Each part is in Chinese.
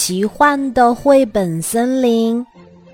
奇幻的绘本森林。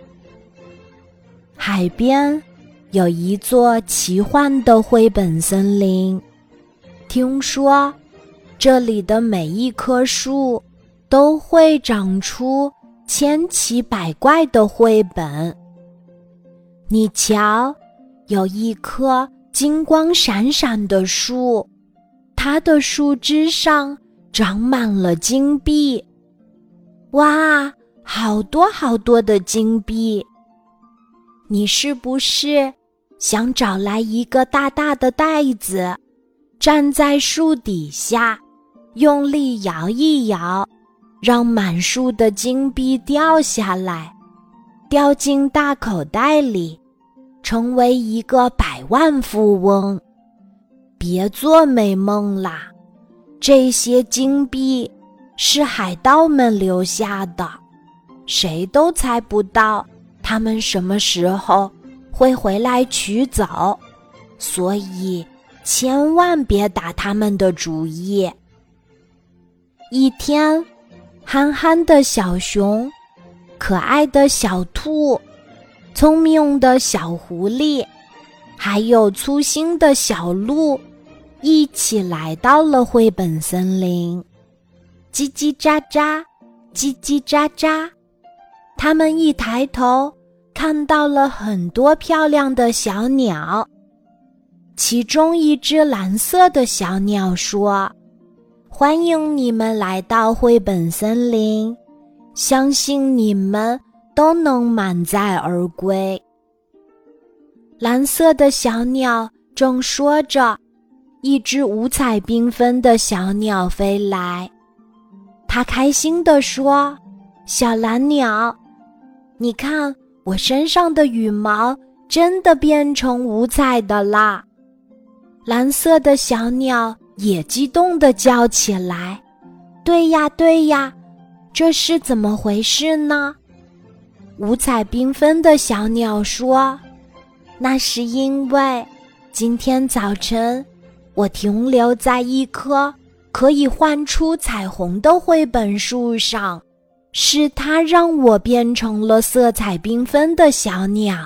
海边有一座奇幻的绘本森林，听说这里的每一棵树都会长出千奇百怪的绘本。你瞧，有一棵金光闪闪的树，它的树枝上长满了金币。哇，好多好多的金币！你是不是想找来一个大大的袋子，站在树底下，用力摇一摇，让满树的金币掉下来，掉进大口袋里，成为一个百万富翁？别做美梦啦，这些金币是海盗们留下的，谁都猜不到他们什么时候会回来取走，所以千万别打他们的主意。一天，憨憨的小熊，可爱的小兔，聪明的小狐狸，还有粗心的小鹿，一起来到了绘本森林。叽叽喳喳，叽叽喳喳，他们一抬头，看到了很多漂亮的小鸟。其中一只蓝色的小鸟说：欢迎你们来到绘本森林，相信你们都能满载而归。蓝色的小鸟正说着，一只五彩缤纷的小鸟飞来。它开心地说：小蓝鸟，你看我身上的羽毛真的变成五彩的啦。蓝色的小鸟也激动地叫起来：对呀对呀，这是怎么回事呢？五彩缤纷的小鸟说：那是因为今天早晨我停留在一棵可以画出彩虹的绘本树上，是它让我变成了色彩缤纷的小鸟。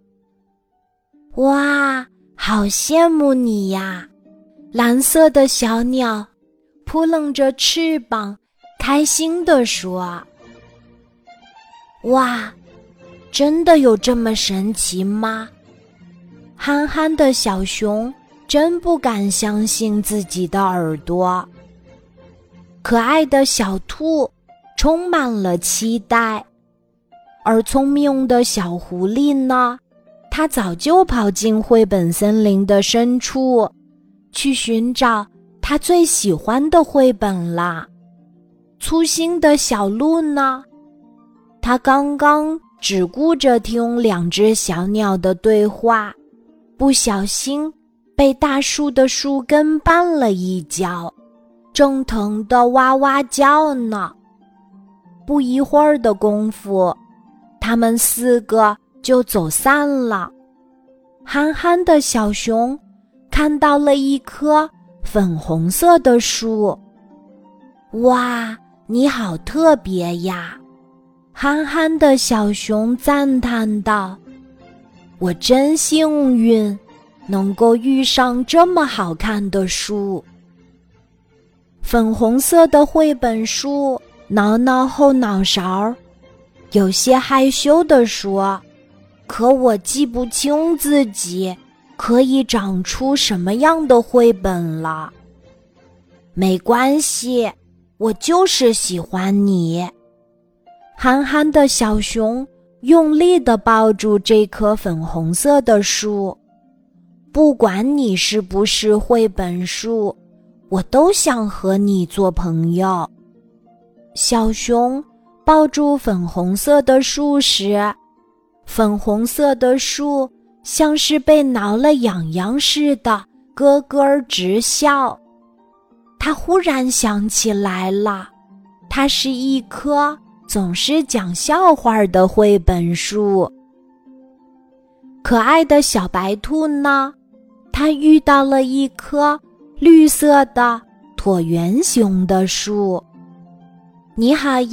哇，好羡慕你呀！蓝色的小鸟扑棱着翅膀，开心地说：哇，真的有这么神奇吗？憨憨的小熊真不敢相信自己的耳朵。可爱的小兔充满了期待，而聪明的小狐狸呢，它早就跑进绘本森林的深处，去寻找它最喜欢的绘本啦。粗心的小鹿呢，它刚刚只顾着听两只小鸟的对话，不小心被大树的树根绊了一跤，正疼得哇哇叫呢。不一会儿的功夫，他们四个就走散了。憨憨的小熊看到了一棵粉红色的树。哇，你好特别呀！憨憨的小熊赞叹道：我真幸运，能够遇上这么好看的树。粉红色的绘本树挠挠后脑勺，有些害羞地说：可我记不清自己可以长出什么样的绘本了。没关系，我就是喜欢你。憨憨的小熊用力地抱住这棵粉红色的树，不管你是不是绘本树，我都想和你做朋友。小熊抱住粉红色的树时，粉红色的树像是被挠了痒痒似的，咯咯直笑。它忽然想起来了，它是一棵总是讲笑话的绘本树。可爱的小白兔呢，它遇到了一棵绿色的椭圆形的树。你好呀，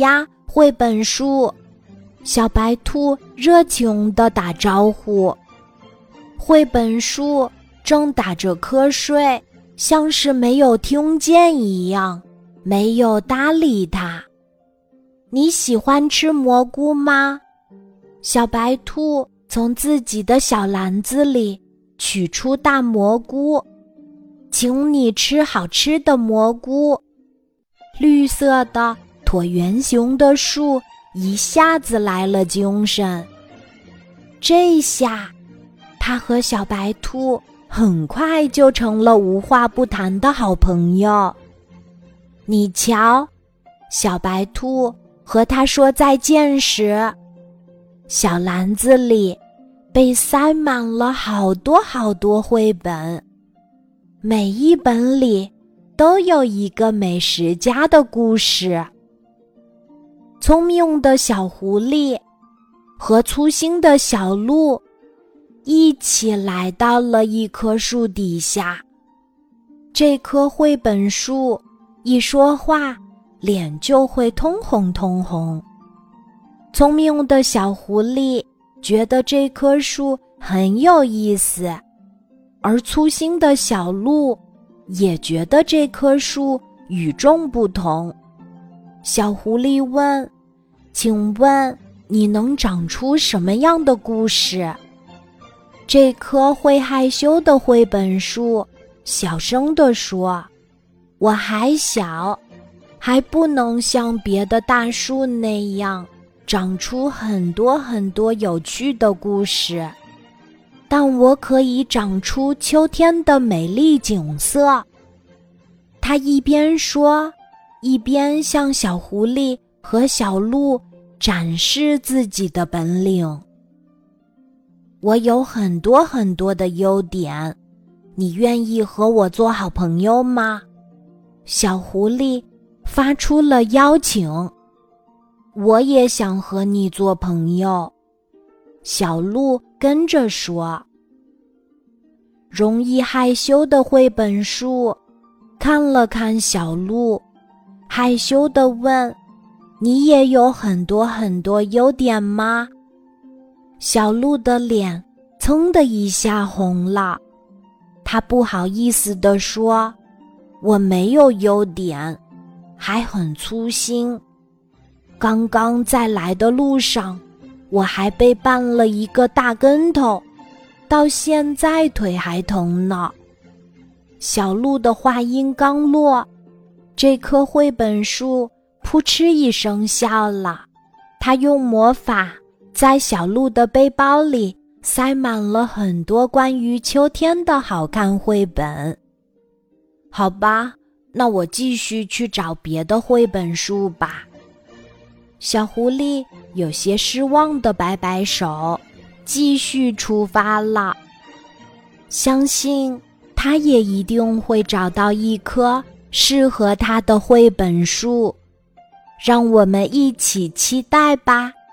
绘本树。小白兔热情地打招呼。绘本树正打着瞌睡，像是没有听见一样，没有搭理它。你喜欢吃蘑菇吗？小白兔从自己的小篮子里取出大蘑菇。请你吃好吃的蘑菇。绿色的椭圆形的树一下子来了精神。这下，它和小白兔很快就成了无话不谈的好朋友。你瞧，小白兔和它说再见时，小篮子里被塞满了好多好多绘本，每一本里都有一个美食家的故事。聪明的小狐狸和粗心的小鹿一起来到了一棵树底下。这棵绘本树一说话，脸就会通红通红。聪明的小狐狸觉得这棵树很有意思，而粗心的小鹿也觉得这棵树与众不同。小狐狸问：请问你能长出什么样的故事？这棵会害羞的绘本树小声地说：我还小，还不能像别的大树那样长出很多很多有趣的故事，但我可以长出秋天的美丽景色。他一边说，一边向小狐狸和小鹿展示自己的本领。我有很多很多的优点，你愿意和我做好朋友吗？小狐狸发出了邀请。我也想和你做朋友。小鹿跟着说。容易害羞的绘本树看了看小鹿，害羞地问：你也有很多很多优点吗？小鹿的脸噌的一下红了，他不好意思地说：我没有优点，还很粗心。刚刚在来的路上，我还被绊了一个大跟头，到现在腿还疼呢。小鹿的话音刚落，这棵绘本树扑哧一声笑了。它用魔法在小鹿的背包里塞满了很多关于秋天的好看绘本。好吧，那我继续去找别的绘本书吧。小狐狸有些失望地摆摆手，继续出发了。相信他也一定会找到一棵适合他的绘本树，让我们一起期待吧。